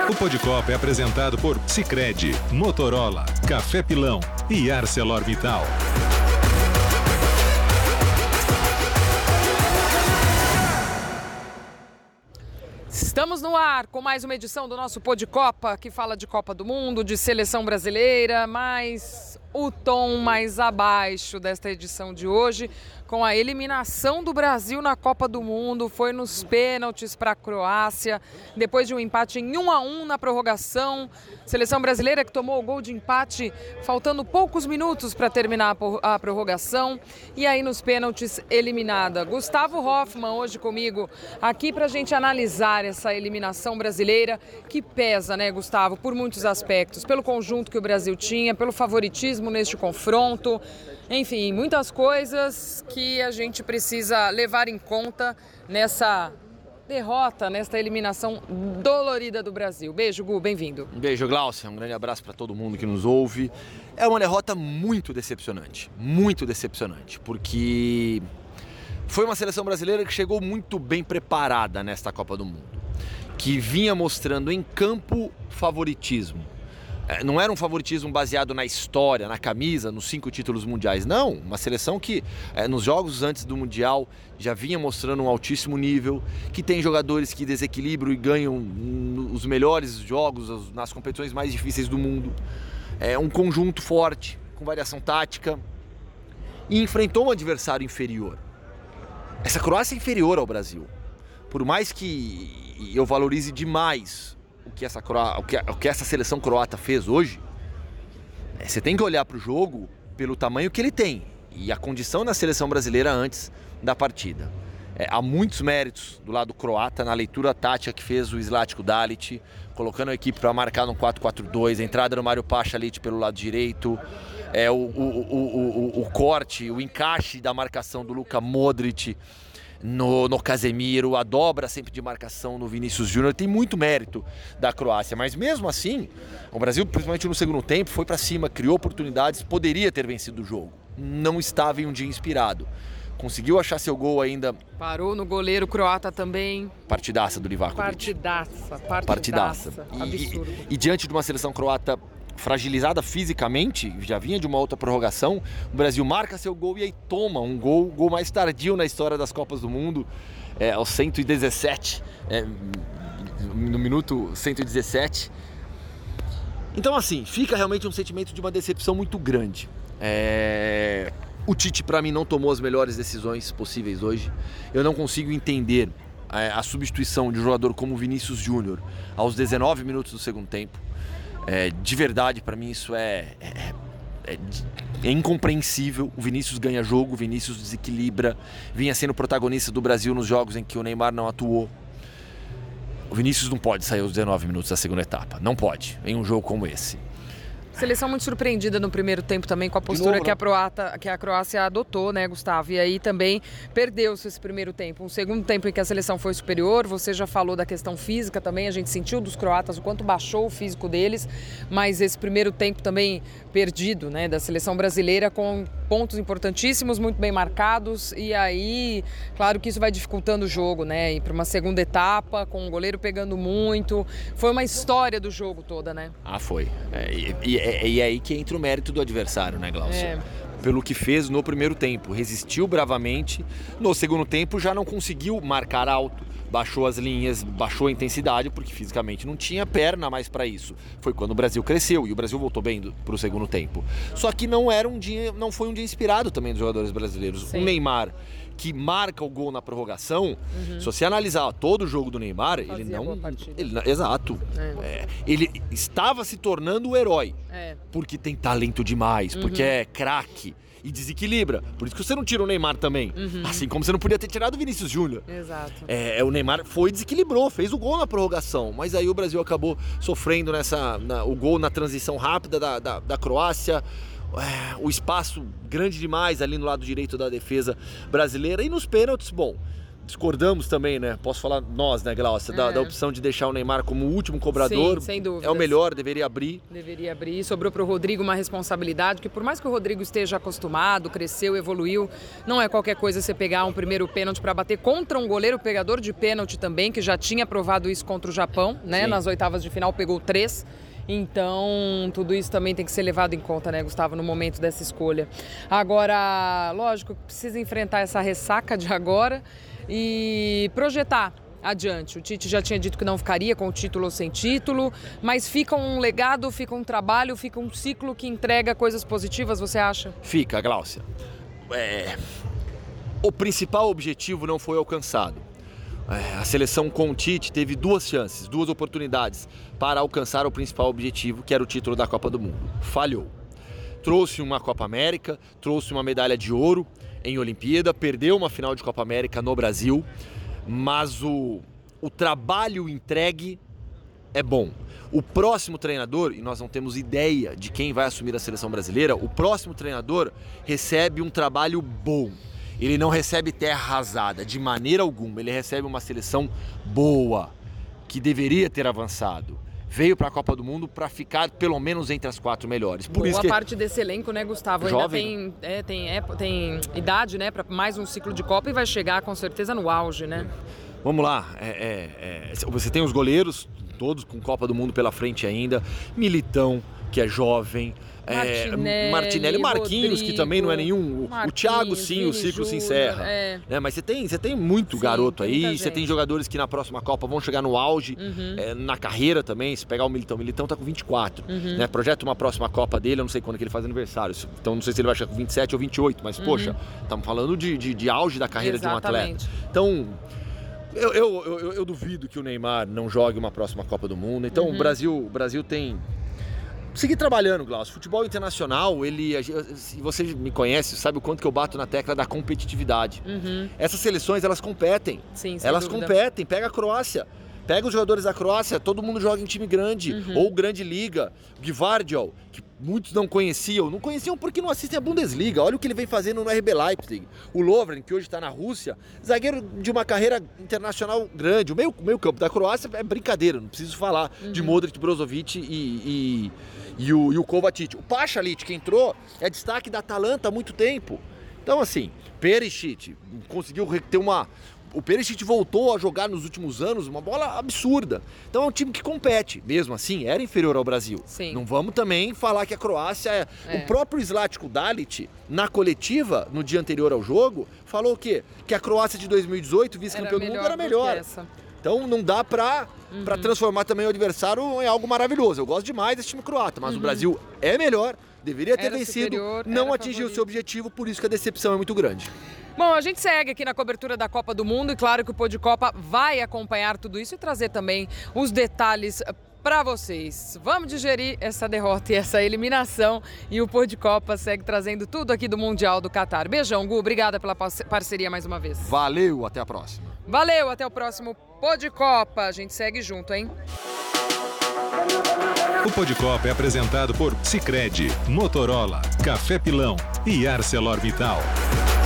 O Podcopa é apresentado por Sicredi, Motorola, Café Pilão e ArcelorMittal. Estamos no ar com mais uma edição do nosso Podcopa, que fala de Copa do Mundo, de seleção brasileira, mas o tom mais abaixo desta edição de hoje, com a eliminação do Brasil na Copa do Mundo, foi nos pênaltis para a Croácia, depois de um empate em 1-1 na prorrogação. Seleção brasileira que tomou o gol de empate faltando poucos minutos para terminar a prorrogação, e aí nos pênaltis eliminada. Gustavo Hoffmann hoje comigo aqui para a gente analisar essa eliminação brasileira, que pesa, né, Gustavo, por muitos aspectos, pelo conjunto que o Brasil tinha, pelo favoritismo neste confronto, enfim, muitas coisas que a gente precisa levar em conta nessa derrota, nesta eliminação dolorida do Brasil. Beijo, Gu, bem-vindo. Um beijo, Glaucia, um grande abraço para todo mundo que nos ouve. É uma derrota muito decepcionante, porque foi uma seleção brasileira que chegou muito bem preparada nesta Copa do Mundo, que vinha mostrando em campo favoritismo. Não era um favoritismo baseado na história, na camisa, nos 5 títulos mundiais. Não, uma seleção que nos jogos antes do Mundial já vinha mostrando um altíssimo nível, que tem jogadores que desequilibram e ganham os melhores jogos nas competições mais difíceis do mundo. É um conjunto forte, com variação tática, e enfrentou um adversário inferior. Essa Croácia é inferior ao Brasil. Por mais que eu valorize demais o que essa seleção croata fez hoje, você tem que olhar para o jogo pelo tamanho que ele tem e a condição da seleção brasileira antes da partida. Há muitos méritos do lado croata na leitura tática que fez o Zlatko Dalic, colocando a equipe para marcar no 4-4-2, a entrada do Mário Pasalic pelo lado direito, o corte, o encaixe da marcação do Luka Modric no Casemiro, a dobra sempre de marcação no Vinícius Júnior. Tem muito mérito da Croácia, mas mesmo assim o Brasil, principalmente no segundo tempo, foi para cima, criou oportunidades, poderia ter vencido o jogo, não estava em um dia inspirado, conseguiu achar seu gol ainda. Parou no goleiro croata também. Partidaça do Livakovic. Partidaça. Absurdo. E diante de uma seleção croata fragilizada fisicamente, já vinha de uma outra prorrogação, o Brasil marca seu gol e aí toma um gol mais tardio na história das Copas do Mundo, aos 117, no minuto 117. Então assim, fica realmente um sentimento de uma decepção muito grande. O Tite, para mim, não tomou as melhores decisões possíveis hoje. Eu não consigo entender a substituição de um jogador como o Vinícius Júnior aos 19 minutos do segundo tempo. De verdade, para mim isso é incompreensível. O Vinícius ganha jogo, o Vinícius desequilibra, vinha sendo protagonista do Brasil nos jogos em que o Neymar não atuou. O Vinícius não pode sair aos 19 minutos da segunda etapa, não pode, em um jogo como esse. Seleção muito surpreendida no primeiro tempo também com a postura que a Croácia adotou, né, Gustavo? E aí também perdeu-se esse primeiro tempo. Um segundo tempo em que a seleção foi superior, você já falou da questão física também, a gente sentiu dos croatas o quanto baixou o físico deles, mas esse primeiro tempo também perdido, né, da seleção brasileira, com pontos importantíssimos, muito bem marcados, e aí, claro que isso vai dificultando o jogo, né, ir para uma segunda etapa, com o goleiro pegando muito, foi uma história do jogo toda, né? Foi. E é aí que entra o mérito do adversário, né, Glaucia? Pelo que fez no primeiro tempo, resistiu bravamente, no segundo tempo já não conseguiu marcar alto, baixou as linhas, baixou a intensidade, porque fisicamente não tinha perna mais para isso. Foi quando o Brasil cresceu e o Brasil voltou bem para o segundo tempo. Só que não foi um dia inspirado também dos jogadores brasileiros. Sim. O Neymar, que marca o gol na prorrogação, se você analisar todo o jogo do Neymar, exato. Ele estava se tornando o herói, porque tem talento demais, porque é craque e desequilibra. Por isso que você não tira o Neymar também. Assim como você não podia ter tirado o Vinícius Júnior. Exato. O Neymar desequilibrou, fez o gol na prorrogação, mas aí o Brasil acabou sofrendo o gol na transição rápida da Croácia. O espaço grande demais ali no lado direito da defesa brasileira. E nos pênaltis, discordamos também, né? Posso falar nós, né, Glaucia, da opção de deixar o Neymar como o último cobrador. Sim, sem dúvida. É o melhor, deveria abrir. Deveria abrir. Sobrou para o Rodrigo uma responsabilidade, que por mais que o Rodrigo esteja acostumado, cresceu, evoluiu, não é qualquer coisa você pegar um primeiro pênalti para bater contra um goleiro pegador de pênalti também, que já tinha provado isso contra o Japão, né? Sim. Nas oitavas de final pegou 3. Então, tudo isso também tem que ser levado em conta, né, Gustavo, no momento dessa escolha. Agora, lógico, precisa enfrentar essa ressaca de agora e projetar adiante. O Tite já tinha dito que não ficaria com o título ou sem título, mas fica um legado, fica um trabalho, fica um ciclo que entrega coisas positivas, você acha? Fica, Glaucia. O principal objetivo não foi alcançado. A seleção com o Tite teve 2 chances, 2 oportunidades para alcançar o principal objetivo, que era o título da Copa do Mundo. Falhou. Trouxe uma Copa América, trouxe uma medalha de ouro em Olimpíada, perdeu uma final de Copa América no Brasil, mas o trabalho entregue é bom. O próximo treinador, e nós não temos ideia de quem vai assumir a seleção brasileira, o próximo treinador recebe um trabalho bom. Ele não recebe terra arrasada, de maneira alguma. Ele recebe uma seleção boa, que deveria ter avançado. Veio para a Copa do Mundo para ficar pelo menos entre as 4 melhores. Por boa isso parte desse elenco, né, Gustavo? Jovem. Ainda tem idade, né, para mais um ciclo de Copa e vai chegar com certeza no auge, né? Vamos lá. Você tem os goleiros, todos com Copa do Mundo pela frente ainda. Militão, que é jovem. Martinelli, Marquinhos, Rodrigo, que também não é nenhum. O Thiago, sim, o ciclo se encerra. Mas você tem muito garoto aí. Você tem jogadores que na próxima Copa vão chegar no auge, na carreira também. Se pegar o Militão tá com 24. Né? Projeta uma próxima Copa dele, eu não sei quando que ele faz aniversário. Então não sei se ele vai chegar com 27 ou 28. Mas, poxa, estamos falando de auge da carreira de um atleta. Então. Eu duvido que o Neymar não jogue uma próxima Copa do Mundo. Então o Brasil tem. Seguir trabalhando, Glaucio. Futebol internacional, se você me conhece, sabe o quanto que eu bato na tecla da competitividade. Essas seleções, elas competem. Sim, elas competem. Pega a Croácia. Pega os jogadores da Croácia, todo mundo joga em time grande, ou grande liga. Gvardiol, que muitos não conheciam porque não assistem a Bundesliga. Olha o que ele vem fazendo no RB Leipzig. O Lovren, que hoje está na Rússia, zagueiro de uma carreira internacional grande. O meio campo da Croácia é brincadeira, não preciso falar de Modric, Brozovic e o Kovacic. O Pachalic, que entrou, é destaque da Atalanta há muito tempo. Então, assim, Perisic conseguiu ter O Perisic voltou a jogar nos últimos anos uma bola absurda. Então é um time que compete. Mesmo assim, era inferior ao Brasil. Sim. Não vamos também falar que a Croácia O próprio Zlatko Dalic, na coletiva, no dia anterior ao jogo, falou o quê? Que a Croácia de 2018, vice-campeão do mundo, era melhor. Então não dá pra transformar também o adversário em algo maravilhoso. Eu gosto demais desse time croata, mas o Brasil é melhor, deveria ter vencido, não atingiu o seu objetivo, por isso que a decepção é muito grande. Bom, a gente segue aqui na cobertura da Copa do Mundo e claro que o Pod Copa vai acompanhar tudo isso e trazer também os detalhes para vocês. Vamos digerir essa derrota e essa eliminação e o Pod Copa segue trazendo tudo aqui do Mundial do Catar. Beijão, Gu, obrigada pela parceria mais uma vez. Valeu, até a próxima. Valeu, até o próximo Pod Copa. A gente segue junto, hein? O Pod Copa é apresentado por Sicredi, Motorola, Café Pilão e ArcelorMittal.